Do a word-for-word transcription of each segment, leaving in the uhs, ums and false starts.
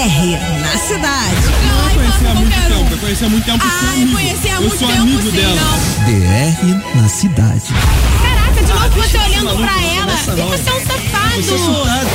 R na cidade. Não, eu conheci há muito tempo, eu conheci há muito tempo. Ah, eu conheci há muito eu sou tempo, amigo sim, dela. não. D R na cidade. Caraca, de novo Ah, você deixa olhando esse pra maluco, ela. não começa, não. Você é um safado. Você é surtado.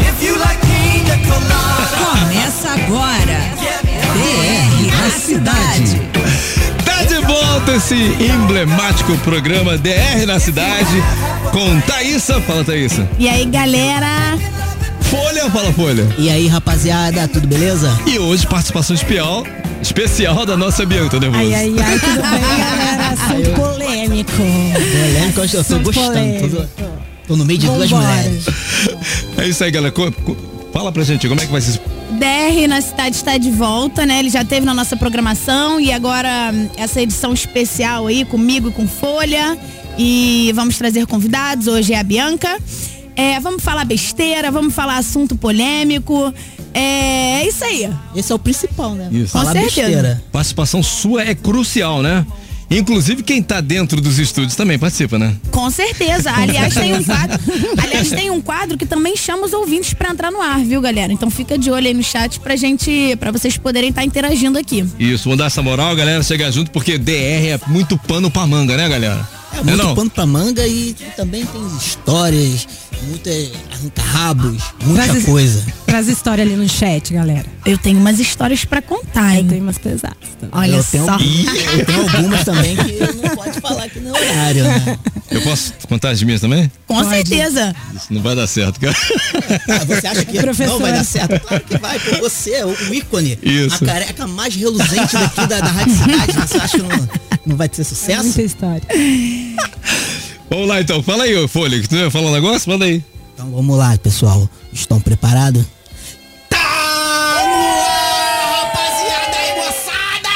Começa agora. D R na cidade. Tá de volta esse emblemático programa D R na cidade com Thaísa. Fala, Thaísa. E aí, galera? Folha, fala, Folha. E aí, rapaziada, tudo beleza? E hoje participação especial, especial da nossa Bianca, tô nervoso. Ai, ai, ai, tudo bem, galera? Assunto polêmico. Polêmico, eu tô Assunto gostando. polêmico. Tô, tô no meio de duas Vambora. mulheres. É isso aí, galera. Co- co- Fala pra gente, como é que vai ser? D R na cidade está de volta, né? Ele já teve na nossa programação e agora hum, essa edição especial aí comigo e com Folha. E vamos trazer convidados. Hoje é a Bianca. É, vamos falar besteira, vamos falar assunto polêmico. É, é isso aí. Esse é o principal, né? Isso. Falar Com certeza. besteira. Participação sua é crucial, né? Inclusive quem tá dentro dos estúdios também participa, né? Com certeza. Aliás, tem um quadro. Aliás, tem um quadro que também chama os ouvintes pra entrar no ar, viu, galera? Então fica de olho aí no chat pra gente, pra vocês poderem estar interagindo aqui. Isso, vamos dar essa moral, galera, chegar junto, porque D R é muito pano pra manga, né, galera? É Não muito não? pano pra manga e também tem histórias, muito é, arranca-rabos, muita Traz- coisa. Traz história ali no chat, galera. Eu tenho umas histórias pra contar, Eu hein? tenho umas pesadas também. Olha eu tenho, só. eu tenho algumas também que não pode falar que não é horário, né? Eu posso contar as minhas também? Com Pode. certeza. Isso não vai dar certo, cara. Ah, você acha que Professor. não vai dar certo? Claro que vai, pô, você é o, o ícone. Isso. A careca mais reluzente daqui da, da Rádio Cidade. Você acha que não, não vai ter É sucesso? muita história. Vamos lá então, fala aí, ô Folha, que tu ia falar um negócio? Manda aí. Então vamos lá, pessoal. Estão preparados? Tá no ar, rapaziada aí, moçada!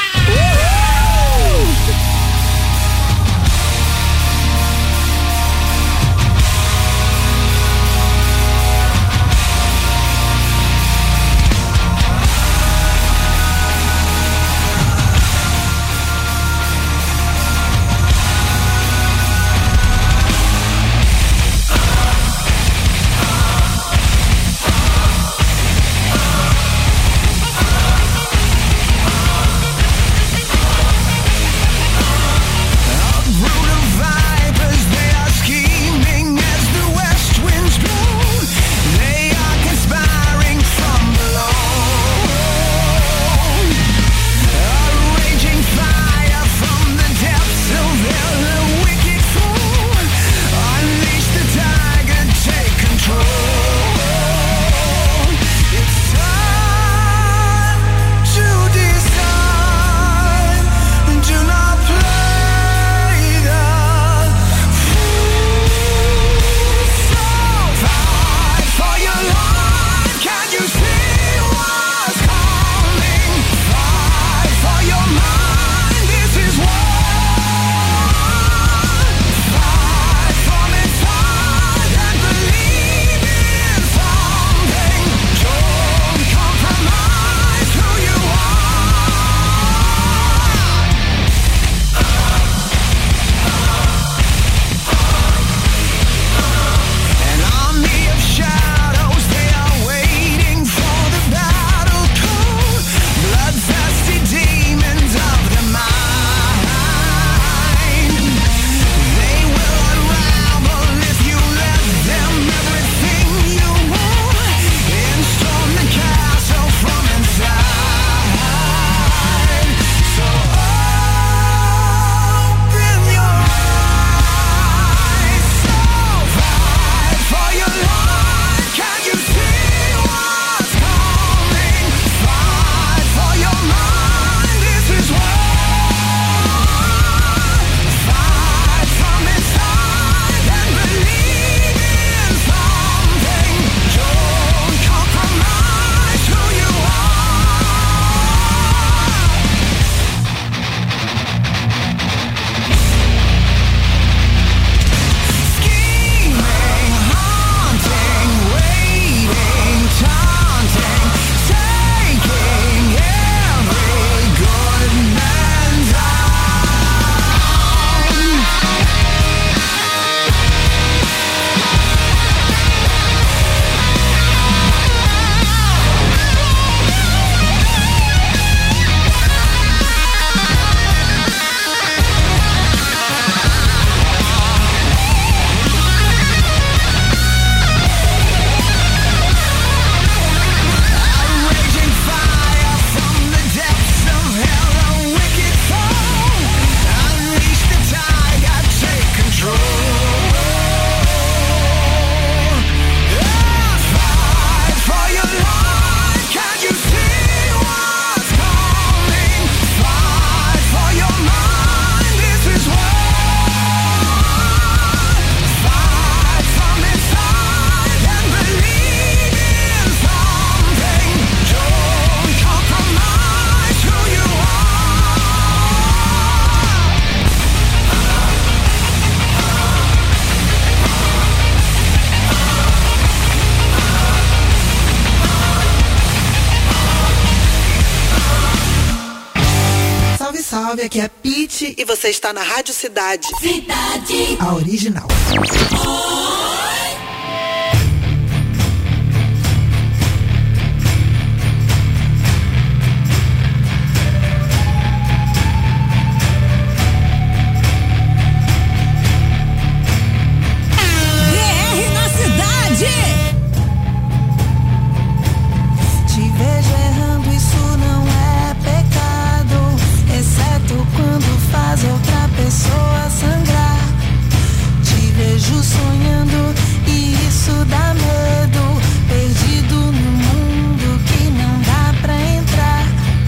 salve, aqui é Pete e você está na Rádio Cidade. Cidade. A original. D R na cidade. Te vejo errando, isso não é pecado, exceto quando faz outra pessoa sangrar. Te vejo sonhando e isso dá medo, perdido no mundo que não dá pra entrar.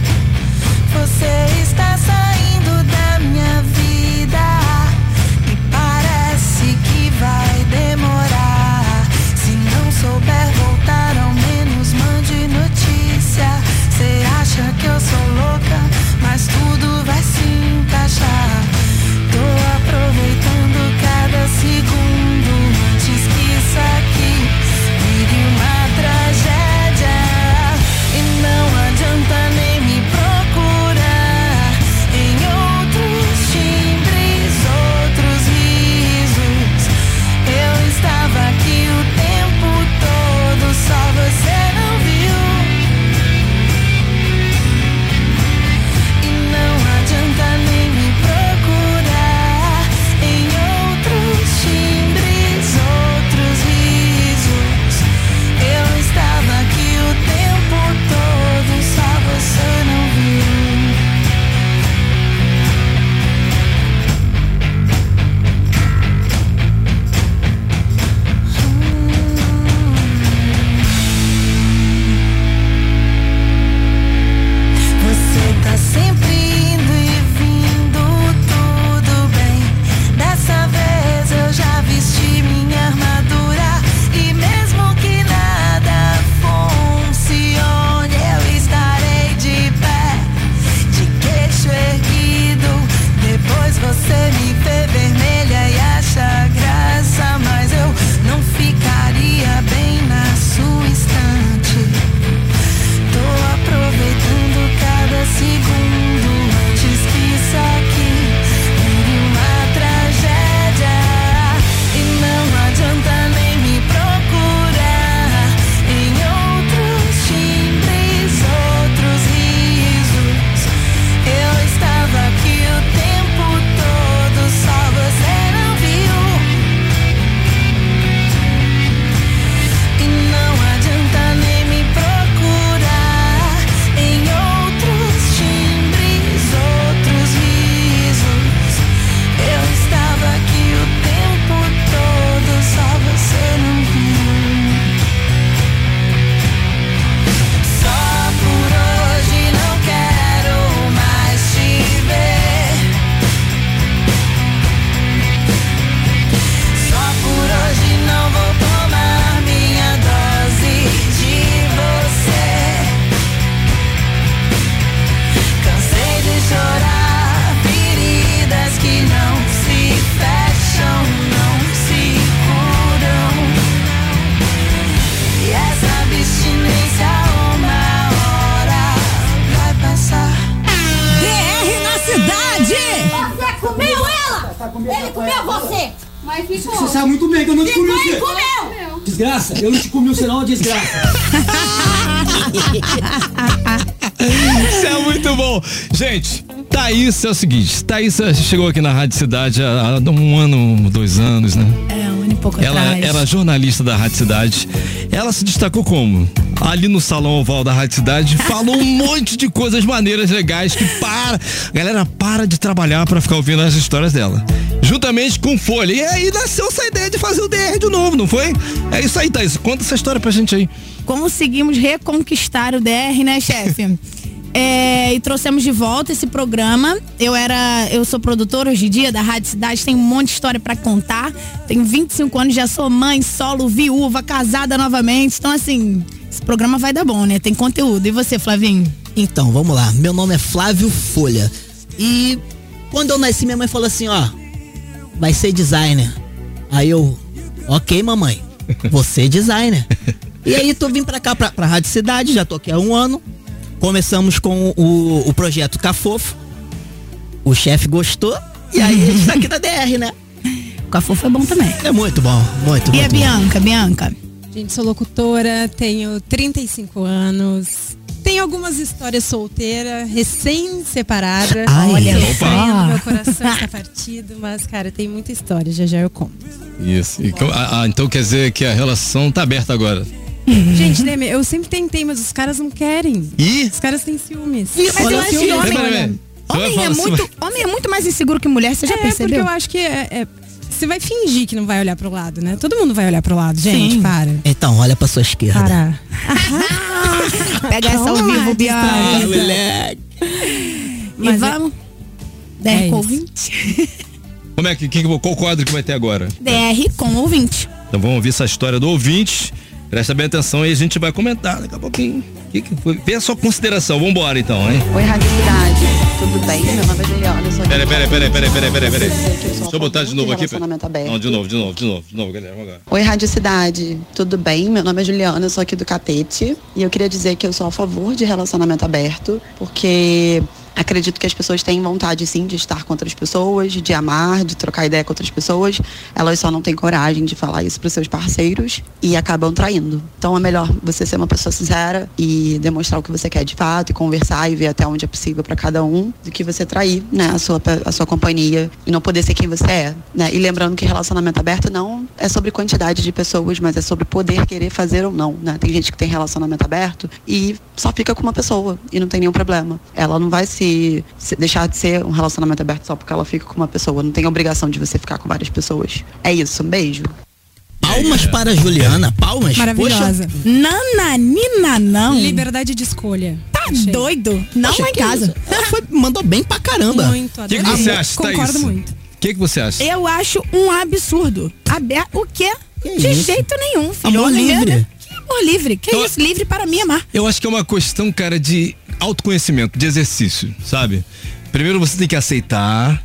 Você está saindo da minha vida e parece que vai demorar. Se não souber voltar, ao menos mande notícia. Cê acha que eu sou louca, mas tudo vai se encaixar. Tô aproveitando cada segundo antes que isso aqui vire uma tragédia. E não adianta nem me procurar em outros timbres, outros risos. Eu estava aqui o tempo todo, só você não viu. E não adianta nem me procurar em outros timbres, outros risos. Eu estava aqui o tempo todo, só você não viu. Você tá sempre indo e vindo, tudo bem. Dessa vez eu já vesti minha armadura e mesmo que nada funcione, eu estarei de pé, de queixo erguido. Depois você me vê vermelha e acha graça, mas eu não ficaria bem na sua estante. Tô aproveitando cada segundo antes que isso aqui vire uma tragédia. E não adianta nem me procurar em outros timbres, outros risos. Eu estava aqui o tempo todo, só você não viu. E não adianta nem me procurar em outros timbres, outros risos. Eu estava aqui o tempo todo, só você não viu. Só por hoje não quero mais te ver. Só por hoje não vou tomar minha dose de você. Cansei de chorar feridas que não se fecham, não se curam. E essa abstinência uma hora vai passar. D R na cidade. Você comeu ela! Ele comeu você! Mas ficou. Você sabe muito bem que eu não te comi Ficou você. e comeu! Desgraça, eu não te comi você não, desgraça. Isso é muito bom. Gente, Thaísa é o seguinte, Thaísa chegou aqui na Rádio Cidade há, há um ano, dois anos, né? É, um ano e pouco Ela atrás. era jornalista da Rádio Cidade. Ela se destacou como? Ali no Salão Oval da Rádio Cidade, falou um monte de coisas maneiras, legais, que para, a galera para de trabalhar pra ficar ouvindo as histórias dela. Juntamente com Folha. E aí nasceu essa ideia de fazer o D R de novo, não foi? É isso aí, Thaís. Conta essa história pra gente aí. Conseguimos reconquistar o D R, né, chefe? É, e trouxemos de volta esse programa. Eu era, eu sou produtora hoje em dia da Rádio Cidade, tenho um monte de história pra contar. Tenho vinte e cinco anos, já sou mãe, solo, viúva, casada novamente. Então, assim, esse programa vai dar bom, né? Tem conteúdo. E você, Flavinho? Então, vamos lá. Meu nome é Flávio Folha. E quando eu nasci, minha mãe falou assim, ó, vai ser designer. Aí eu, ok, mamãe, você é designer. E aí tô vindo pra cá, pra, pra Rádio Cidade, já tô aqui há um ano. Começamos com o, o projeto Cafofo. o chefe gostou e aí a gente tá aqui na D R, né? Com a Fofa é bom também. É muito bom, muito, E muito a Bianca, Bianca? Gente, sou locutora, tenho trinta e cinco anos. Tenho algumas histórias solteira, recém-separada. Ai, olha Sofrendo, só. meu coração está partido, mas, cara, tem muita história, já já eu conto. Isso. E, ah, então quer dizer que a relação tá aberta agora. Gente, Demi, eu sempre tentei, mas os caras não querem. Ih? Os caras têm ciúmes. Mas eu acho que Peraí, homem, peraí, peraí. Você vai homem, é falar assim, muito, homem é muito mais inseguro que mulher, você já é, porque percebeu? eu acho que é, é- você vai fingir que não vai olhar pro lado, né? Todo mundo vai olhar pro lado, gente, Sim. para. Então, olha pra sua esquerda. Para. Pega essa ao Calma, vivo, Bianca. moleque. E Mas é- vamos? D É R com isso. ouvinte? Como é que, que qual quadro que vai ter agora? D R com ouvinte. Então vamos ouvir essa história do ouvinte. Presta bem atenção e a gente vai comentar daqui a pouquinho. Que que foi? Vê a sua consideração. Vambora então, hein? Oi, Rádio Cidade, tudo bem? Meu nome é Juliana, eu sou Peraí, peraí, peraí, peraí, peraí, peraí, peraí. Deixa eu eu botar de novo aqui. Relacionamento aberto. Não, de novo, de novo, de novo, de novo, galera. Vamos agora. Oi, Rádio Cidade, tudo bem? Meu nome é Juliana, eu sou aqui do Catete e eu queria dizer que eu sou a favor de relacionamento aberto, porque acredito que as pessoas têm vontade sim de estar com outras pessoas, de amar, de trocar ideia com outras pessoas. Elas só não têm coragem de falar isso para os seus parceiros e acabam traindo. Então é melhor você ser uma pessoa sincera e demonstrar o que você quer de fato e conversar e ver até onde é possível para cada um, do que você trair, né, a sua, a sua companhia e não poder ser quem você é, né? E lembrando que relacionamento aberto não é sobre quantidade de pessoas, mas é sobre poder querer fazer ou não, né? Tem gente que tem relacionamento aberto e só fica com uma pessoa e não tem nenhum problema. Ela não vai se Se deixar de ser um relacionamento aberto só porque ela fica com uma pessoa. Não tem obrigação de você ficar com várias pessoas. É isso, um beijo. Palmas para a Juliana, palmas. Maravilhosa. Nananina, não. Liberdade de escolha. Tá Achei. doido? Não Poxa, lá em que casa. isso? Ela foi, mandou bem pra caramba. Muito, O que, que adorei. você acha, Thaís? Concordo muito. O que, que você acha? Eu acho um absurdo. Aberto. O quê? Que de isso? jeito nenhum, filho. Amor Homem livre. mesmo. Que amor livre? Que Então- isso? Livre para mim amar. Eu acho que é uma questão, cara, de autoconhecimento, de exercício, sabe? Primeiro você tem que aceitar,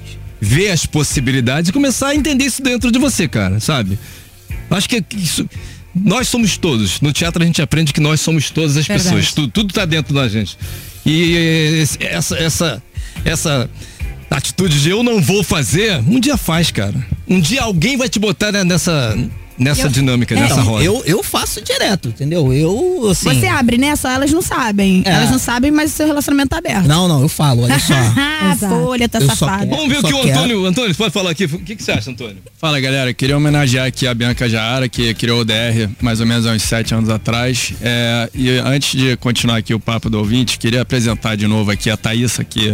ver as possibilidades e começar a entender isso dentro de você, cara, sabe? Acho que isso. Nós somos todos. No teatro a gente aprende que nós somos todas as Verdade. pessoas. Tudo, tudo tá dentro da gente. E esse- essa, essa, essa atitude de eu não vou fazer, um dia faz, cara. Um dia alguém vai te botar né, nessa, nessa Eu- dinâmica, é, nessa Então, roda. eu, eu faço direto, entendeu? Eu, assim... Você abre, né? Só elas não sabem. É. Elas não sabem, mas o seu relacionamento tá aberto. Não, não, eu falo, olha só. Ah, Exato. folha, tá Eu só safada. quero- Vamos ver o Só que o quero. Antônio. Antônio, você pode falar aqui? O que, que você acha, Antônio? Fala, galera, queria homenagear aqui a Bianca Jara, que criou o D R mais ou menos há uns sete anos atrás. É, e antes de continuar aqui o papo do ouvinte, queria apresentar de novo aqui a Thaísa, aqui,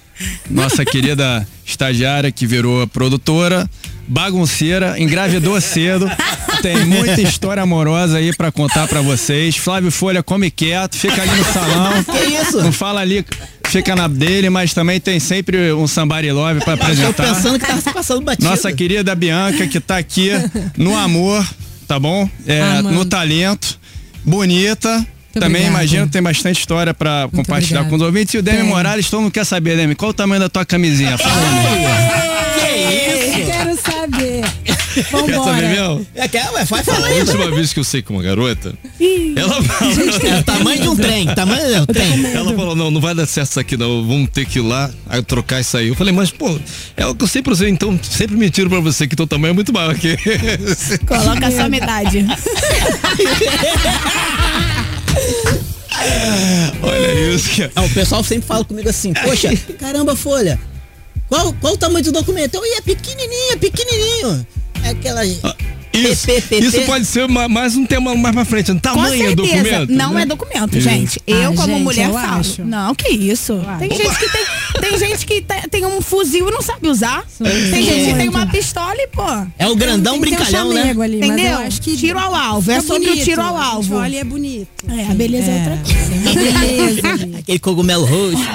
nossa querida estagiária que virou produtora, bagunceira, engravidou cedo, tem muita história amorosa aí pra contar pra vocês. Flávio Folha come quieto, fica ali no salão. Que isso? Não fala ali, fica na dele, mas também tem sempre um somebody love pra Tô apresentar. pensando que tava se passando batido. Nossa querida Bianca, que tá aqui no amor, tá bom? É, Amando. no talento, bonita. Também obrigada. imagino que tem bastante história pra compartilhar obrigada. com os ouvintes. E o Demi Tem. Morales, todo mundo quer saber, Demi, qual o tamanho da tua camisinha? Fala, Demi. Eu quero saber. Quer saber Vambora. mesmo? É que, ué, vai A falando. última vez que eu sei com uma garota, ela falou, É o tamanho de um trem, tamanho de um trem. ela falou, não, não vai dar certo isso aqui não, vamos ter que ir lá, aí trocar isso aí. Eu falei, mas pô, é o que eu sempre usei, então sempre mentiro pra você que teu tamanho é muito maior que esse. Coloca a sua idade. Olha isso, cara. Ah, o pessoal sempre fala comigo assim, poxa, caramba, Folha, qual, qual o tamanho do documento? Eu ia pequenininho, pequenininho. É aquela... Isso, P P P P. isso pode ser ma- mais um tema mais pra frente. Com Tamanho é certeza. documento? Não né? é documento, Isso. gente. Eu, Ah, como gente, mulher, eu falo. acho. Não, que isso. Tem acho. gente que tem, tem gente que te- tem um fuzil e não sabe usar. Tem gente que tem uma pistola e, pô. É o grandão Tem que ter um brincalhão, né? chamego ali, mas Entendeu? eu acho que Tiro ao alvo. É fica sobre o bonito. tiro ao A gente alvo. olha e é bonito. É, a beleza é outra coisa. Beleza ali. Aquele cogumelo roxo.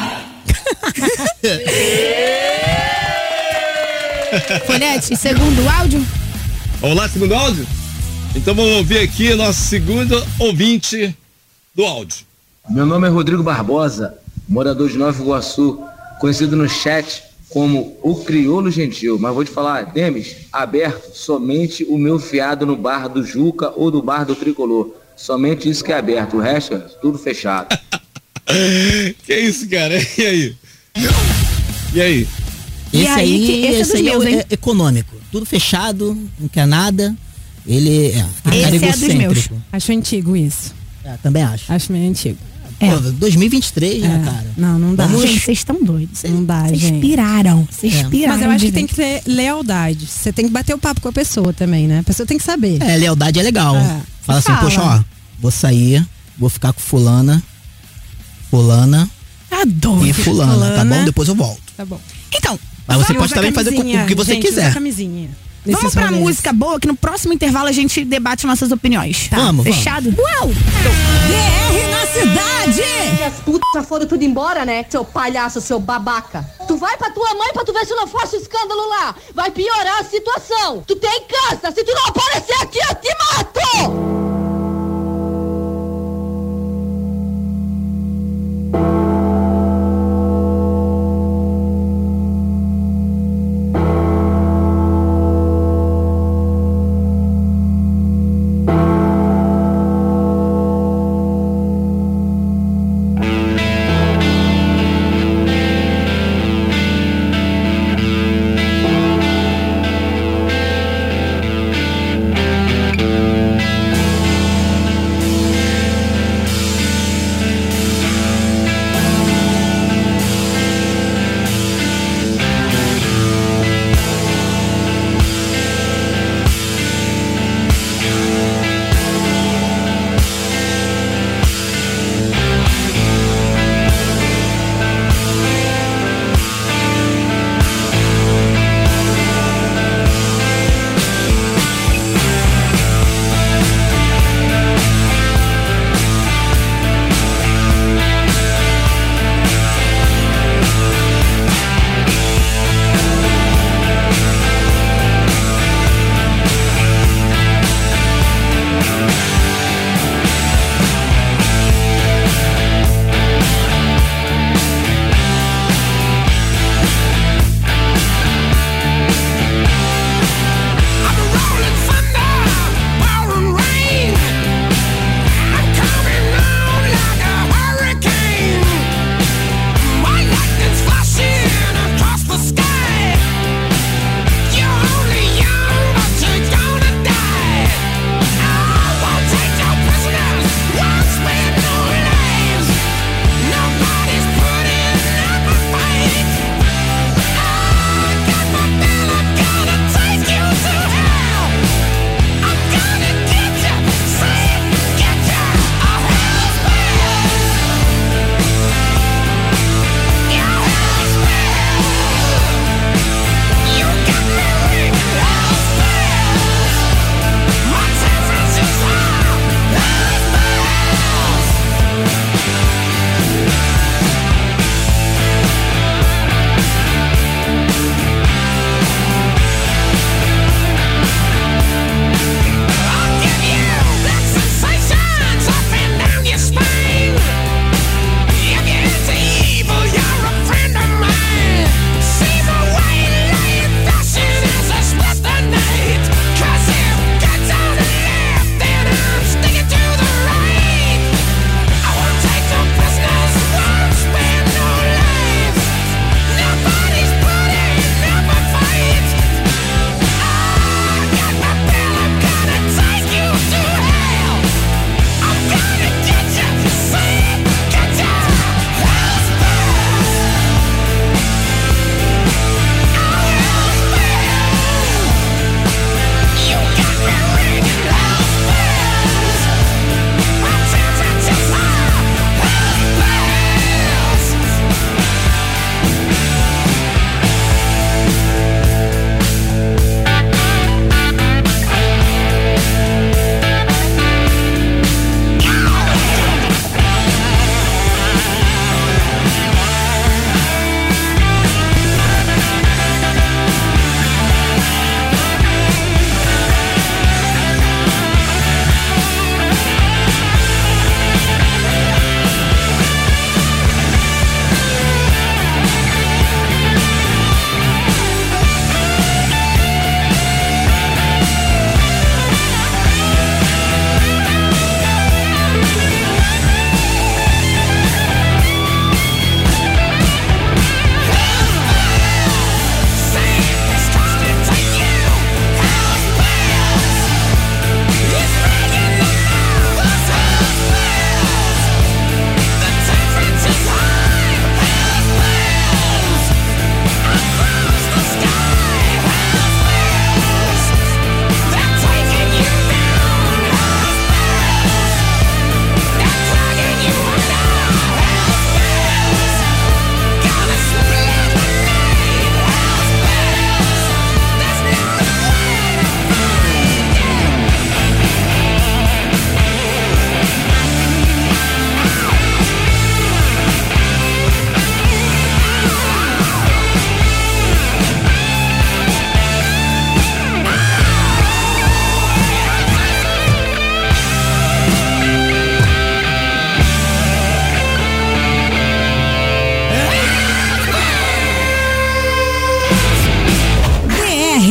Folhete, segundo áudio. Vamos lá, segundo áudio? Então vamos ouvir aqui nosso segundo ouvinte do áudio. Meu nome é Rodrigo Barbosa, morador de Nova Iguaçu, conhecido no chat como o Crioulo Gentil. Mas vou te falar, Demis, aberto somente o meu fiado no bar do Juca ou do bar do Tricolor. Somente isso que é aberto, o resto é tudo fechado. Que isso, cara? E aí? E aí? Esse E aí, aí, que- esse é esse dos aí meus, é, hein? é econômico. Tudo fechado, não quer nada. Ele é, aquele cara Esse é dos egocêntrico. meus. Acho antigo isso. É, também acho. Acho meio antigo. É. Pô, dois mil e vinte e três, né, É. cara? Não, não dá. Vamos- Gente, vocês estão doidos. Não dá, Vocês gente. piraram. Vocês É. piraram. Mas eu acho de que tem vez. que ter lealdade. Você tem que bater o papo com a pessoa também, né? A pessoa tem que saber. É, lealdade é legal. É. Fala assim, Fala. poxa, ó, vou sair, vou ficar com fulana, fulana Tá doido. e fulana, tá fulana. bom? Depois eu volto. Tá bom. Então, Mas você Usa pode também fazer com camisinha, o que você gente, usa quiser. camisinha. vamos Nesses pra rolês. música boa, que no próximo intervalo a gente debate nossas opiniões. Tá? Vamos, vamos. Fechado? Uau! D R na cidade. E as putas foram tudo embora, né? Seu palhaço, seu babaca. Tu vai pra tua mãe pra tu ver se não faço escândalo lá. Vai piorar a situação. Tu tem câncer. Se tu não aparecer aqui, eu te mato!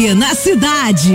R na cidade.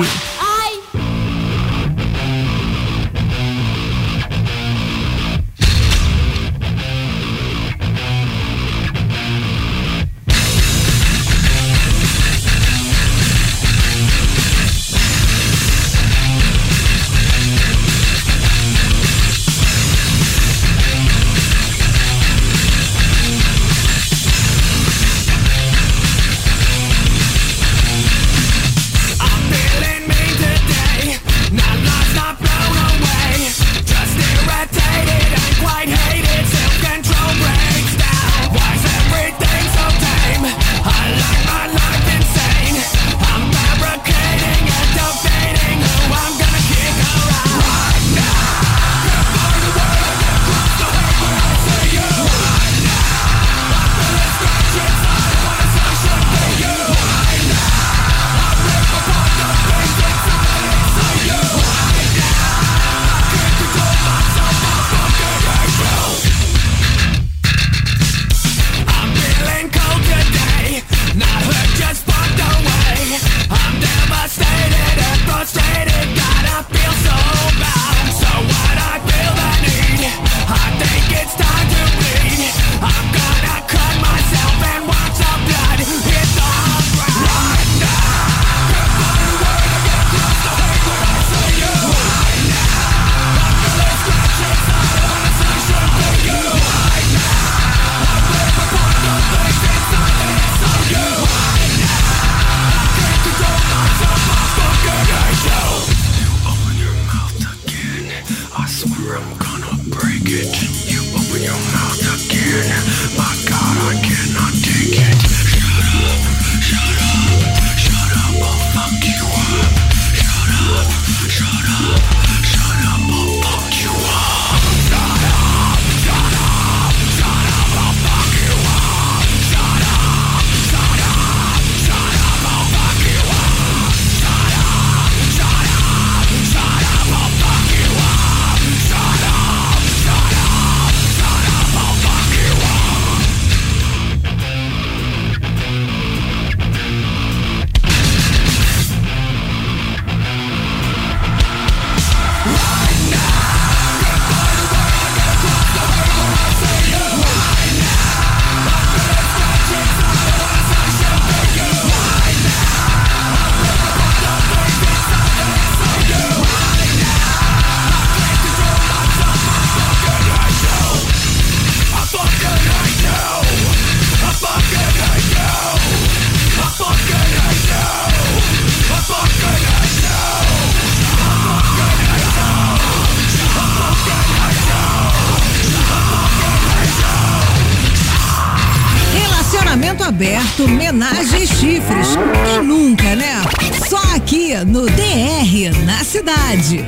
Aberto, homenagem e chifres. Quem nunca, né? Só aqui no D R na cidade.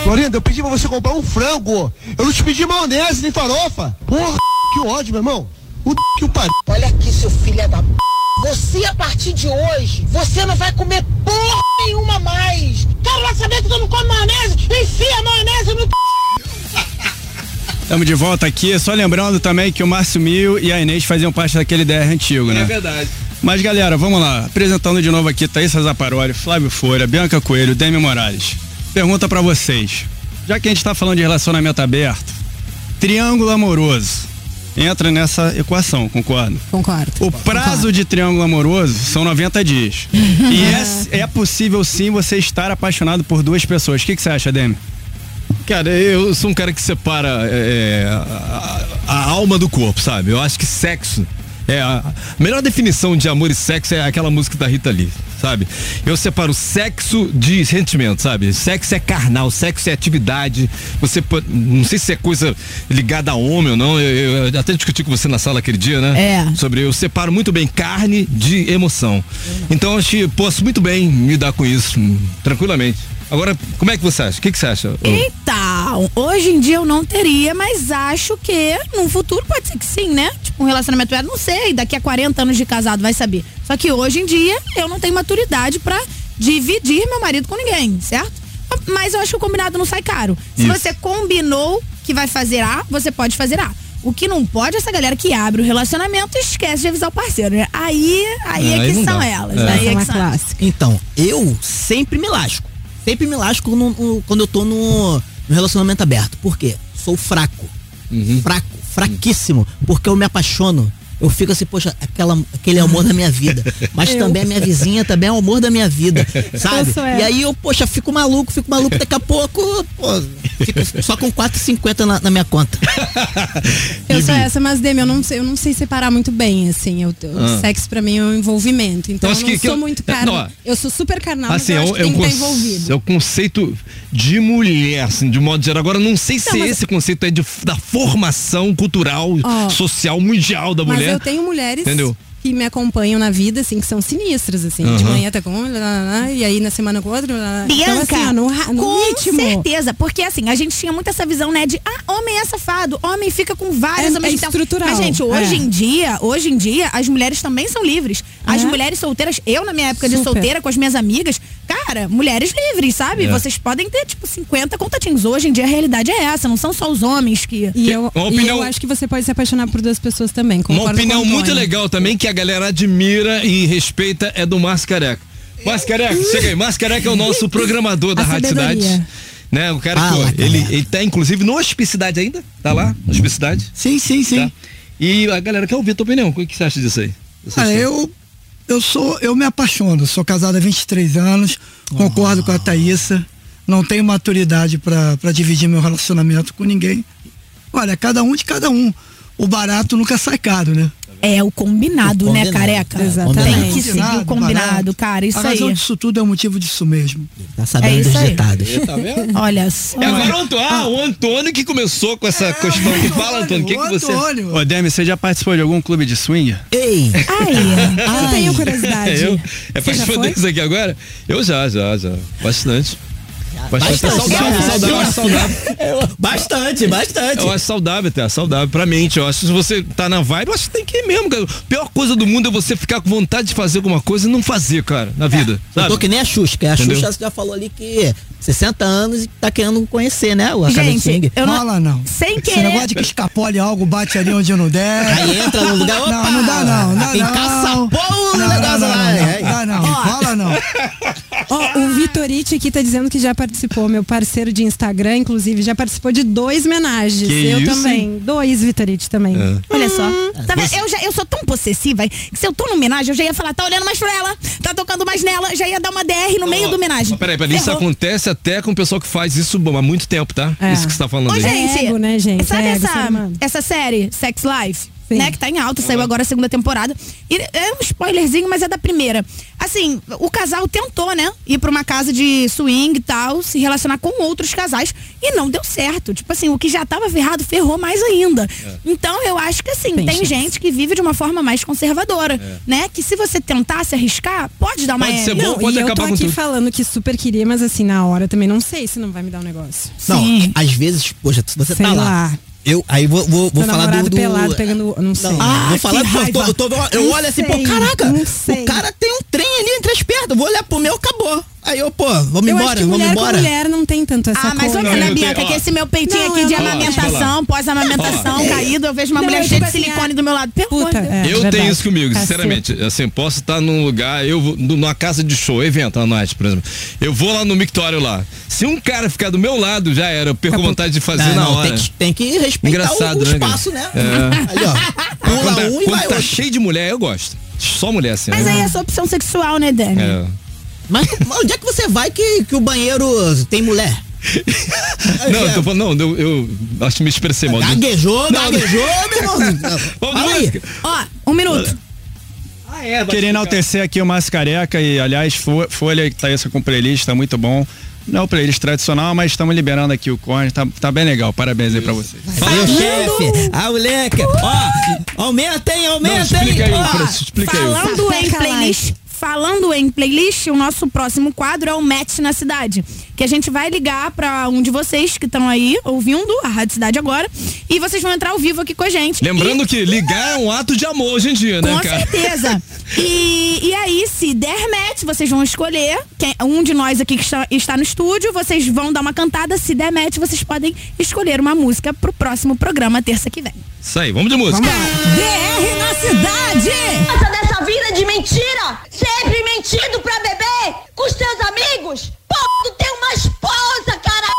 Florinda, eu pedi pra você comprar um frango. Eu não te pedi maionese nem farofa. Porra, que ódio, meu irmão. O que o pariu. Olha aqui, seu filho da p... Você, a partir de hoje, você não vai comer porra nenhuma mais. Quero lá saber que tu não come maionese. Enfia a maionese no p... Estamos de volta aqui, só lembrando também que o Márcio Mio e a Inês faziam parte daquele D R antigo, né? É verdade. Mas galera, vamos lá, apresentando de novo aqui Thaísa Zaparoli, Flávio Folha, Bianca Coelho, Demi Morales. Pergunta pra vocês, já que a gente tá falando de relacionamento aberto, triângulo amoroso entra nessa equação, concorda? Concordo. O prazo concordo. de triângulo amoroso são noventa dias. E é, é possível sim você estar apaixonado por duas pessoas. O que, que você acha, Demi? Cara, eu sou um cara que separa é, a, a alma do corpo, sabe? Eu acho que sexo é a, a melhor definição de amor e sexo é aquela música da Rita Lee, sabe? Eu separo sexo de sentimento, sabe? Sexo é carnal, sexo é atividade. Você não sei se é coisa ligada a homem ou não. Eu, eu até discuti com você na sala aquele dia, né? É. Sobre eu separo muito bem carne de emoção. Então eu acho que posso muito bem lidar com isso tranquilamente. Agora, como é que você acha? O que, que você acha? Então, hoje em dia eu não teria, mas acho que no futuro pode ser que sim, né? Tipo, um relacionamento, eu não sei, daqui a quarenta anos de casado vai saber. Só que hoje em dia eu não tenho maturidade pra dividir meu marido com ninguém, certo? Mas eu acho que o combinado não sai caro. Se Isso. você combinou que vai fazer A, você pode fazer A. O que não pode é essa galera que abre o relacionamento e esquece de avisar o parceiro, né? Aí, aí, aí é que são dá. elas. É. Aí é que são elas. Então, eu sempre me lasco. Sempre me lasco no, no, quando eu tô no, no relacionamento aberto. Por quê? Sou fraco. Uhum. Fraco, fraquíssimo. Porque eu me apaixono. Eu fico assim, poxa, aquela, aquele é o amor da minha vida. Mas eu. também a minha vizinha também é o amor da minha vida. Sabe? E aí eu, poxa, fico maluco, fico maluco. Daqui a pouco, pô, fico só com quatro e cinquenta na, na minha conta. Eu sou essa, mas Demi, eu não sei, eu não sei separar muito bem, assim. Eu, ah. O sexo pra mim é um envolvimento. Então eu, eu não que, sou que eu, muito carnal. Eu sou super carnal, assim, mas eu acho que tem que estar envolvido. É o conceito de mulher, assim, de modo geral. Agora, não sei não, se esse conceito é de, da formação cultural, oh, social, mundial da mulher. Mas eu tenho mulheres Entendeu? que me acompanham na vida, assim, que são sinistras, assim. Uhum. De manhã tá com um, lá, lá, lá, e aí na semana com outro. Lá, lá. Bianca, então, assim, ó, no, no com ritmo. certeza, porque assim, a gente tinha muito essa visão, né, de, ah, homem é safado, homem fica com várias é, ao mesmo é tempo. Estrutural. Mas, gente, hoje é. em dia, hoje em dia, as mulheres também são livres. As é. mulheres solteiras, eu na minha época Super. de solteira, com as minhas amigas, cara, mulheres livres, sabe? É. Vocês podem ter, tipo, cinquenta contatinhos. Hoje em dia a realidade é essa, não são só os homens que... E eu, opinião... e eu acho que você pode se apaixonar por duas pessoas também. Uma opinião muito legal também, que a galera admira e respeita, é do Márcio Careca. Márcio Careca, chega aí. Márcio Careca é o nosso programador da Rádio Cidade. Né? O cara, Fala, pô, ele, ele tá inclusive no Hospicidade ainda, tá lá, no Hospicidade. Sim, sim, sim. Tá? E a galera quer ouvir a tua opinião. O que você acha disso aí? Ah, eu, eu sou, eu me apaixono, sou casado há vinte e três anos, concordo oh. com a Thaísa, não tenho maturidade pra, pra dividir meu relacionamento com ninguém. Olha, cada um de cada um. O barato nunca sai caro, né? É o combinado, o combinado né, Careca? Exatamente. Tem que seguir o combinado, barato. cara, isso aí. A razão disso tudo é o motivo disso mesmo. Tá sabendo é dos ditados. Tá vendo? Olha só. É agora o Antônio, ah, o Antônio que começou com essa é, questão que fala, Antônio, o que, que você... Ô, Demi, você já participou de algum clube de swing? Ei! Ai, Ai. Eu tenho curiosidade. É, eu, é pra responder isso aqui agora? Eu já, já, já. Bastante. Bastante, bastante saudável, saudável, eu acho saudável. Bastante, bastante. Eu acho saudável até, saudável pra mente. Eu acho que se você tá na vibe, eu acho que tem que ir mesmo, cara. A pior coisa do mundo é você ficar com vontade de fazer alguma coisa e não fazer, cara, na vida. É, eu tô que nem a Xuxa, que a Entendeu? Xuxa já falou ali que sessenta anos e tá querendo conhecer, né? O Gente, eu não... Fala não. Sem querer. Esse negócio de que escapole algo, bate ali onde não der. Aí entra no lugar, opa, não, não dá não. Não tem caça-pão no negócio lá. Não dá não, fala não. Ó, o Vitorite aqui tá dizendo que já participou, meu parceiro de Instagram, inclusive, já participou de dois homenagens. Que eu isso? também. Dois Vitorite também. É. Olha só. Tá vendo? Eu, já, eu sou tão possessiva que se eu tô no homenagem, eu já ia falar, tá olhando mais pra ela, tá tocando mais nela, já ia dar uma D R no oh, meio do homenagem. Peraí, peraí, isso acontece até com o pessoal que faz isso bom, há muito tempo, tá? É. Isso que você tá falando Ô, aí. gente, é ego, né, gente? Sabe é essa, essa série, Sex Life? né? Que tá em alta, saiu agora a segunda temporada. E é um spoilerzinho, mas é da primeira. Assim, o casal tentou, né? Ir pra uma casa de swing e tal, se relacionar com outros casais e não deu certo. Tipo assim, o que já tava ferrado, ferrou mais ainda. É. Então, eu acho que assim, tem, tem gente que vive de uma forma mais conservadora, é. né? Que se você tentar se arriscar, pode dar uma... Pode ser bom, não, pode e acabar eu tô aqui tudo. falando que super queria, mas assim, na hora também não sei se não vai me dar um negócio. Não, Sim. às vezes, poxa, você sei tá lá. lá. Eu, aí vou, vou, vou falar do, do... pelado pegando, não sei. Não, ah, vou falar do, eu, tô, eu, tô, eu não olho assim, sei, pô, caraca, o cara tem um trem ali entre as pernas, vou olhar pro meu, acabou. Aí eu, pô, vamos eu embora, vamos mulher embora. Com mulher não tem tanto essa ah, mas coisa. olha, né, Bianca, que esse meu peitinho não, aqui de amamentação, pós-amamentação, caído, eu vejo uma não, mulher cheia de silicone do meu lado. Puta, é, eu verdade. tenho isso comigo, sinceramente. Caceta. Assim, posso estar num lugar, eu vou, numa casa de show, evento à noite, por exemplo. Eu vou lá no mictório lá. Se um cara ficar do meu lado, já era, eu perco vontade de fazer não, na não, hora. Tem que, tem que respeitar Engraçado, o, o né, espaço, né? É. Ali, ó. Pula quando um quando tá outro. cheio de mulher, eu gosto. Só mulher assim. Mas né? aí é sua opção sexual, né, Dani? É. Mas onde é que você vai que, que o banheiro tem mulher? Não, eu tô falando, não, eu, eu acho que me expressei mal. Gaguejou, gaguejou, meu irmão. Vamos aí. Ó, um minuto. Ah, é, Queria enaltecer aqui o Márcio Careca e, aliás, Folha que tá isso com playlist, tá muito bom. Não é o playlist tradicional, mas estamos liberando aqui o corne, tá, tá bem legal. Parabéns aí pra vocês. Valeu, chefe. Ah, moleque. Ó, aumenta, hein, aumenta, não, explica hein. Aí, ó, explica falando aí. em playlist, falando em playlist, o nosso próximo quadro é o Match na Cidade, que a gente vai ligar pra um de vocês que estão aí ouvindo a Rádio Cidade agora e vocês vão entrar ao vivo aqui com a gente. Lembrando e... que ligar é um ato de amor hoje em dia, né, com cara? Com certeza. E, e aí, se der match, vocês vão escolher quem, um de nós aqui que está, está no estúdio, vocês vão dar uma cantada. Se der match, vocês podem escolher uma música pro próximo programa, terça que vem. Isso aí, vamos de música. Vamos D R na cidade! Passa dessa vida de mentira! Sempre mentindo pra beber com os teus amigos! Pô, tu tem uma esposa, cara!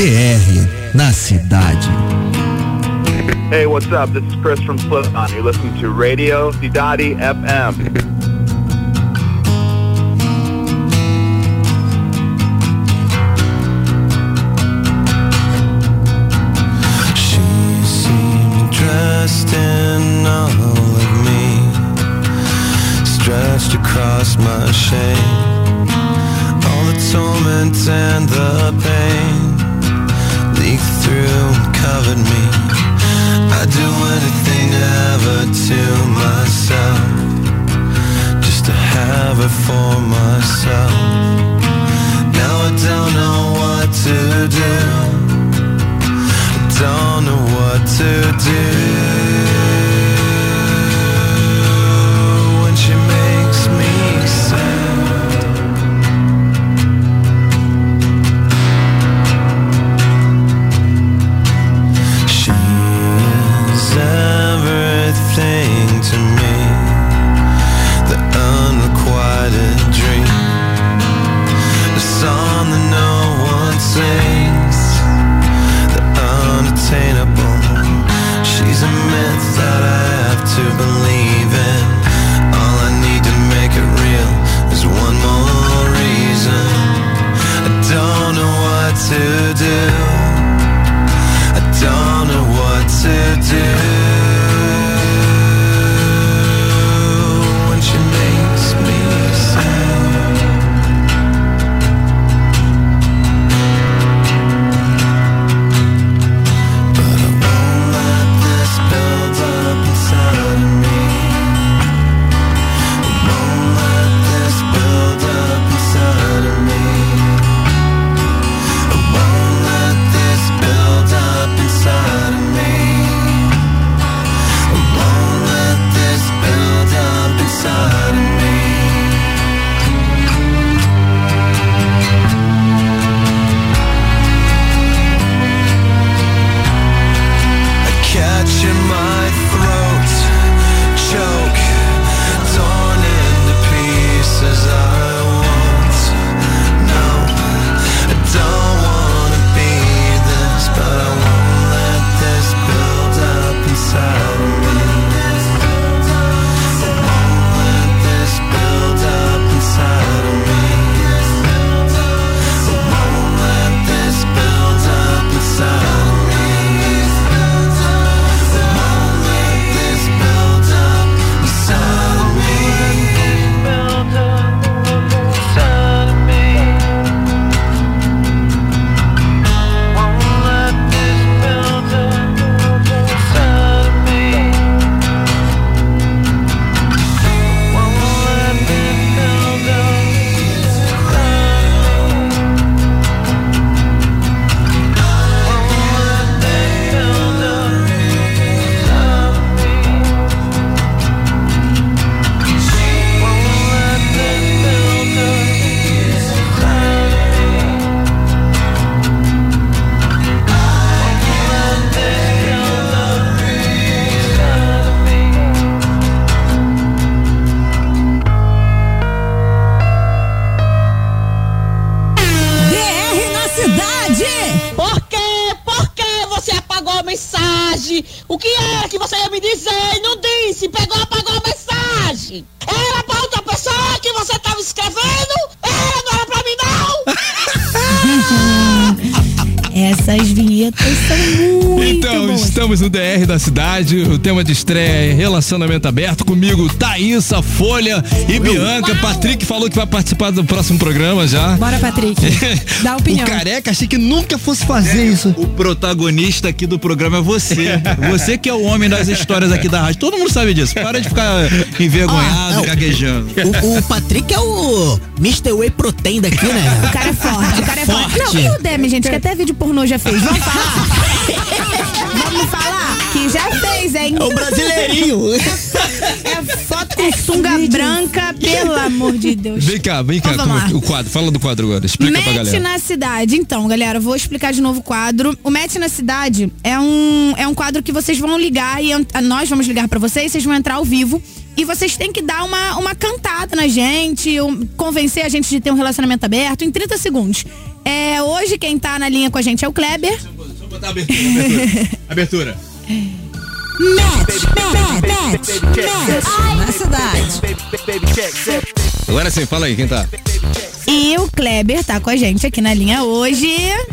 D R na cidade. Hey, what's up? This is Chris from Slipknot. You're listening to Radio Cidade F M. Dressed in all of me, stretched across my shame. All the torment and the pain leaked through and covered me. I'd do anything ever to myself, just to have it for myself. Now I don't know what to do, don't know what to do when she makes me sad. She is everything to me, the unrequited dream, the song that no one sings, unattainable. She's a myth that I have to believe in. All I need to make it real is one more reason. I don't know what to do, I don't know what to do when she makes me sad. O que era que você ia me dizer? Não disse, pegou, apagou a mensagem. Era pra outra pessoa que você tava escrevendo? Era, não era pra mim não. Essas vinhetas são muito Então, boas. Estamos no D R da cidade. O tema de estreia é relacionamento aberto. Comigo, Thaísa, Folha e Bianca. Patrick falou que vai participar do próximo programa já. Bora, Patrick. Dá opinião. O careca, achei que nunca fosse fazer isso. O protagonista aqui do programa é você. Você que é o homem das histórias aqui da rádio. Todo mundo sabe disso. Para de ficar envergonhado, ah, gaguejando. O, o Patrick é o mister Whey Protein daqui, né? O cara é forte, o cara é forte. forte. Não, e o Demi, gente, que até vídeo pornô já fez. Vamos falar? Vamos falar? Que já fez, hein? É o brasileirinho. É foto com sunga branca, pelo amor de Deus. Vem cá, vem cá. Então, Como é que- o quadro, fala do quadro agora. Explica Match pra galera. na cidade. Então, galera, vou explicar de novo o quadro. O Match na cidade é um, é um quadro que vocês vão ligar e ent- nós vamos ligar pra vocês. Vocês vão entrar ao vivo E vocês têm que dar uma, uma cantada na gente, um, convencer a gente de ter um relacionamento aberto em trinta segundos. É, hoje quem tá na linha com a gente é o Kleber. Deixa eu botar a abertura. Abertura. abertura. Match, match, match, na cidade. Agora sim, fala aí, quem tá? E o Kleber tá com a gente aqui na linha hoje.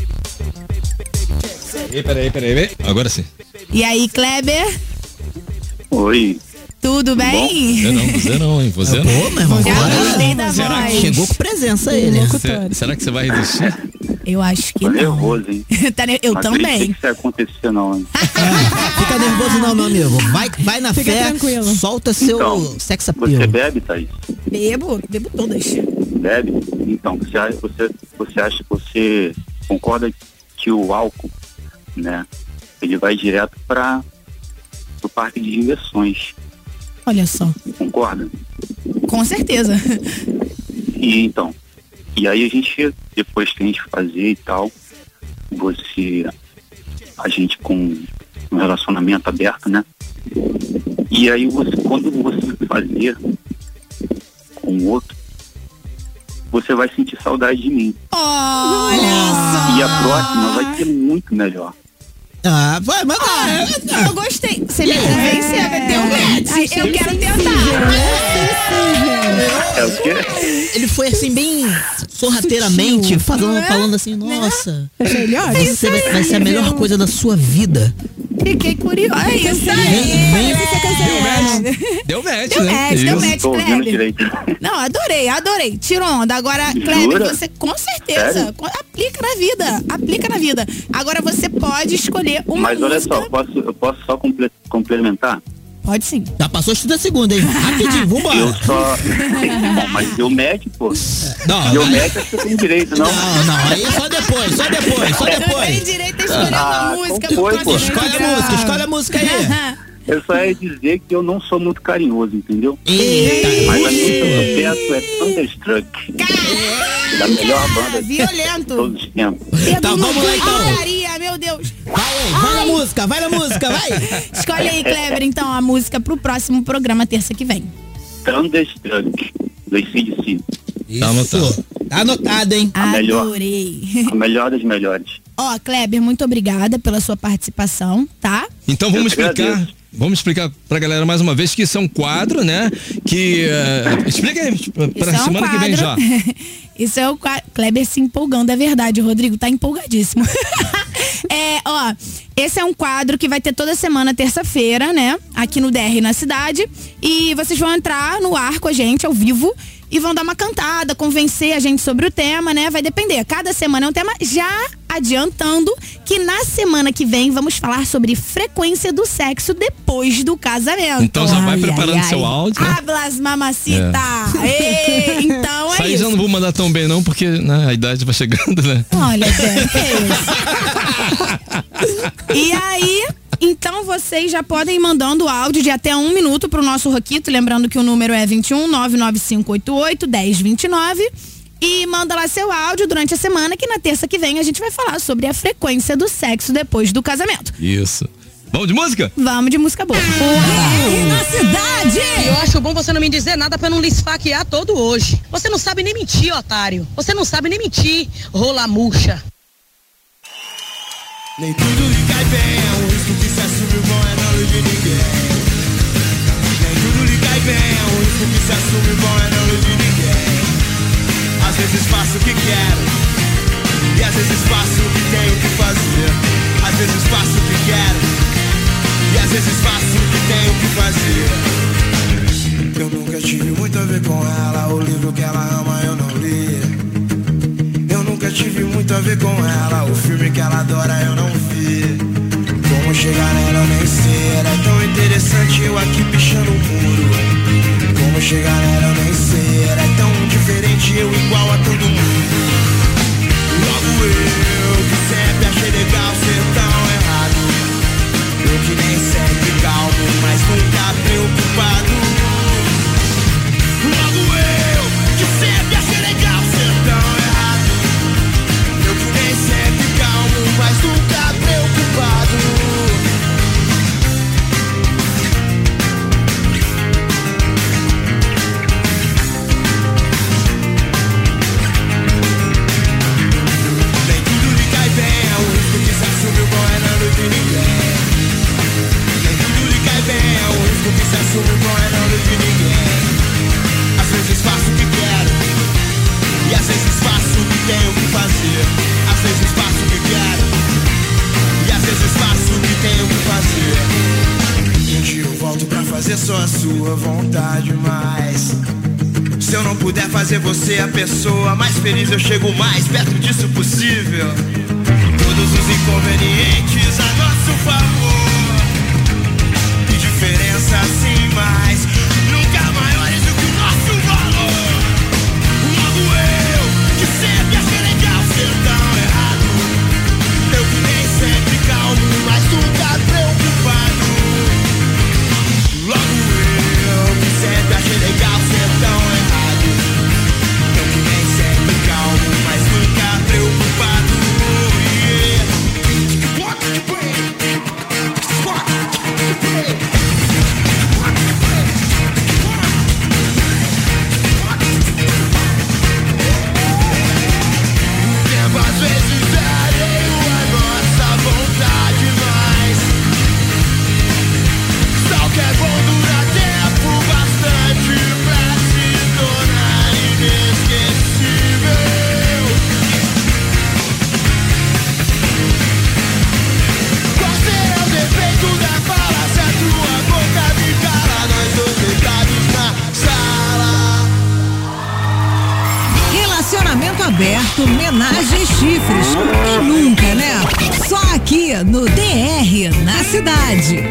Peraí, peraí, peraí. Agora sim. E aí, Kleber? Oi. Tudo bem? Você não, você não, hein? Você não. Pô, meu irmão. Já gostei da voz. Chegou com presença ele. Cê, será que você vai resistir? Eu acho que Tô não. nervoso, hein? tá ne- eu não também. Não que isso ia acontecer, não, hein? Fica nervoso não, meu amigo. Vai, vai na Fica fé, tranquilo. solta seu Então, sex appeal. Você bebe, Thaís? Bebo, bebo todas. Bebe? Então, você, acha- você, você acha que você concorda que o álcool, né, ele vai direto para o parque de diversões. Olha só. Concorda? Com certeza. E então, e aí a gente, depois que a gente fazer e tal, você, a gente com um relacionamento aberto, né? E aí você, quando você fazer com o outro, você vai sentir saudade de mim. Olha só. E a próxima vai ser muito melhor. Ah, vai, manda. Ah, eu gostei. Você me convenceu a meter um match. Eu quero tentar. É o quê? Ele foi assim, bem sorrateiramente, falando, falando assim, nossa, você vai, vai ser a melhor coisa da sua vida. Fiquei curiosa. É isso aí. Vem, vem. Deu match, Deu né? match, deu match, Tô ouvindo Kleber. direito. Não, adorei, adorei. Tirou onda. Agora, Kleber, Jura? você com certeza Sério? aplica na vida. Aplica na vida. Agora você pode escolher uma Mas olha música. só, posso, eu posso só comple- complementar? Pode sim. Já passou os trinta segundos, hein? Rapidinho, vambora. Eu só. Bom, mas deu match, pô. Não, Deu match, você tem direito, não? Não, não, aí é só depois, só depois, só Não tem depois. direito a escolher Ah, uma música então foi, pro pô. próximo Escolhe a programa. música, escolhe a música aí. Eu só ia dizer que eu não sou muito carinhoso, entendeu? Eita, Mas a música que eu peço é Thunderstruck. Da melhor banda de Violento. todos os tempos. Tá, vamos lá então. Maria, meu Deus. Vai aí, vai na música, vai na música, vai. Escolhe aí, Kleber, então, a música pro próximo programa, terça que vem. Thunderstruck, do A C D C. Isso. Tá anotado, hein? A melhor. Adorei. A melhor das melhores. Ó, Kleber, muito obrigada pela sua participação, tá? Então vamos Eu que explicar. agradeço. Vamos explicar pra galera mais uma vez que isso é um quadro, né? Que. Uh, explica aí, pra Isso é um semana que vem já. quadro. Isso é o quadro. Kleber se empolgando, é verdade. O Rodrigo tá empolgadíssimo. É, ó, esse é um quadro que vai ter toda semana, terça-feira, né? Aqui no D R na cidade. E vocês vão entrar no ar com a gente, ao vivo. E vão dar uma cantada, convencer a gente sobre o tema, né? Vai depender. Cada semana é um tema. Já adiantando que na semana que vem vamos falar sobre frequência do sexo depois do casamento. Então já vai Ai, preparando ai, seu ai. áudio, né? Hablas, mamacita. Ei, então é Isso aí isso. já não vou mandar tão bem não, porque né, a idade vai chegando, né? Olha, Zé, que é isso? E aí, então vocês já podem ir mandando áudio de até um minuto pro nosso Roquito, lembrando que o número é vinte e um, nove nove cinco oito oito, dez vinte e nove. E manda lá seu áudio durante a semana, que na terça que vem a gente vai falar sobre a frequência do sexo depois do casamento. Isso. Vamos de música? Vamos de música boa. E na cidade. Eu acho bom você não me dizer nada pra não lhe esfaquear todo hoje. Você não sabe nem mentir, otário. Você não sabe nem mentir, rola murcha. Nem tudo lhe cai bem, é um risco que se assume, bom é não iludir ninguém. Nem tudo lhe cai bem, é um risco que se assume, bom é não iludir ninguém. Às vezes faço o que quero, e às vezes faço o que tenho que fazer. Às vezes faço o que quero, e às vezes faço o que tenho que fazer. Eu nunca tive muito a ver com ela, o livro que ela ama eu não li. Eu nunca tive muito a ver com ela, o filme que ela adora eu não vi. Como chegar nela eu nem sei, era tão interessante eu aqui pichando o muro. Como chegar nela eu nem sei, era tão diferente eu igual a todo mundo. Logo eu que sempre achei legal ser tão errado. Eu que nem sempre calmo, mas nunca preocupado. Logo eu que sempre achei legal ser tão errado. Eu que nem sempre calmo, mas nunca preocupado. E às vezes faço o que tenho que fazer, às vezes faço o que quero, e às vezes faço o que tenho que fazer. Um dia eu volto pra fazer só a sua vontade, mas se eu não puder fazer você a pessoa mais feliz, eu chego mais perto disso possível. Todos os inconvenientes a nosso favor, e diferenças sim, mas nunca maiores do que o nosso valor. Logo eu, que sempre achei legal ser tão errado, eu que nem sempre calmo, mas nunca preocupado. Logo eu, que sempre achei legal ser tão errado, eu que nem sempre calmo, mas nunca preocupado. Yeah. What you bring? What you bring? Às vezes areio a nossa vontade, mas só o que é bom dura tempo bastante pra se tornar inesquecível. Qual será o defeito da fala? Se a tua boca me cala, nós dois deitados na sala. Relacionamento aberto, homenagem e chifres. Quem nunca, né? Só aqui no D R, na cidade.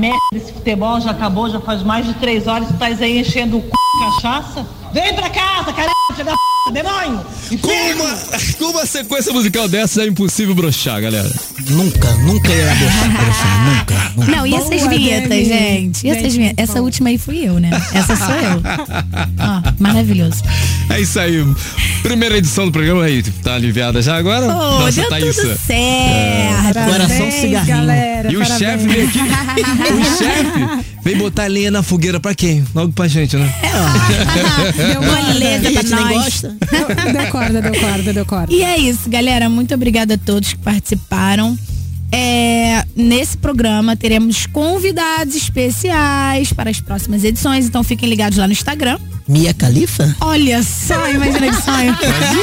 merda desse futebol já acabou, já faz mais de três horas que estás aí enchendo o c... de cachaça. Vem pra casa, caralho, filho da p... demônio! Com uma, com uma sequência musical dessa é impossível broxar, galera. Nunca, nunca irá broxar, nunca, nunca. Não, e essas Boa, vinhetas, Demi. gente? E essas vinhetas? Essa última aí fui eu, né? Essa sou eu. Ó, maravilhoso. É isso aí. Primeira edição do programa aí, tá aliviada já agora? Ô, Nossa, deu Thaísa. tudo certo. Coração Parabéns, cigarrinho. galera, E o parabéns. chefe veio aqui. O chefe veio botar lenha na fogueira pra quem? Logo pra gente, né? Deu moleza A pra gente nem nós. gosta. Deu, deu corda, deu corda, deu corda. E é isso, galera. Muito obrigada a todos que participaram. É, nesse programa teremos convidados especiais para as próximas edições, então fiquem ligados lá no Instagram. Mia Khalifa? Olha só, imagina que sonho.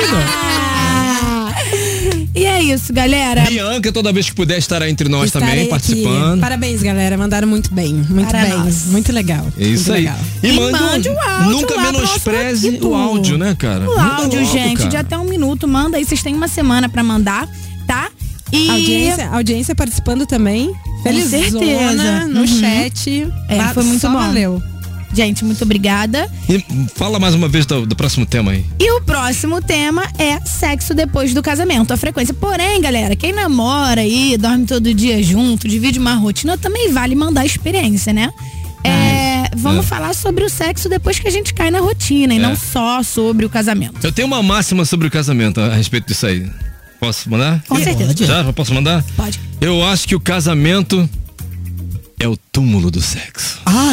E é isso, galera. Bianca, toda vez que puder, estará entre nós Estarei também, aqui. participando. Parabéns, galera. Mandaram muito bem. Muito Para bem. nós. Muito legal. É isso muito aí. legal. E, E mande, mande um, o áudio nunca lá, menospreze próximo o áudio, né, cara? O Manda áudio, logo, gente, cara. de até um minuto. Manda aí, vocês têm uma semana pra mandar, tá? E Audiência, audiência participando também. Feliz certeza. no Uhum. chat. É, Va- foi muito só bom. Valeu. Gente, muito obrigada. E fala mais uma vez do, do próximo tema aí. E o próximo tema é sexo depois do casamento, a frequência. Porém, galera, quem namora aí, dorme todo dia junto, divide uma rotina, também vale mandar experiência, né? É, vamos é. falar sobre o sexo depois que a gente cai na rotina e É. não só sobre o casamento. Eu tenho uma máxima sobre o casamento a respeito disso aí. Posso mandar? Com certeza. Já? Já posso mandar? Pode. Eu acho que o casamento é o túmulo do sexo. Ai,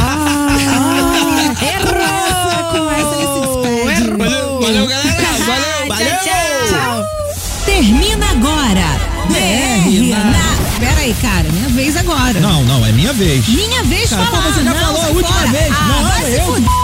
Errou! Com essa ele se despede. Valeu, valeu, galera. Valeu, valeu. Tchau. Termina agora. D R na... Pera aí, cara, minha vez agora. Não, não, é minha vez. Minha vez Cara, falar. pô, você já não, falou a sai última fora. vez. Ah, Não, vai se eu- fuder.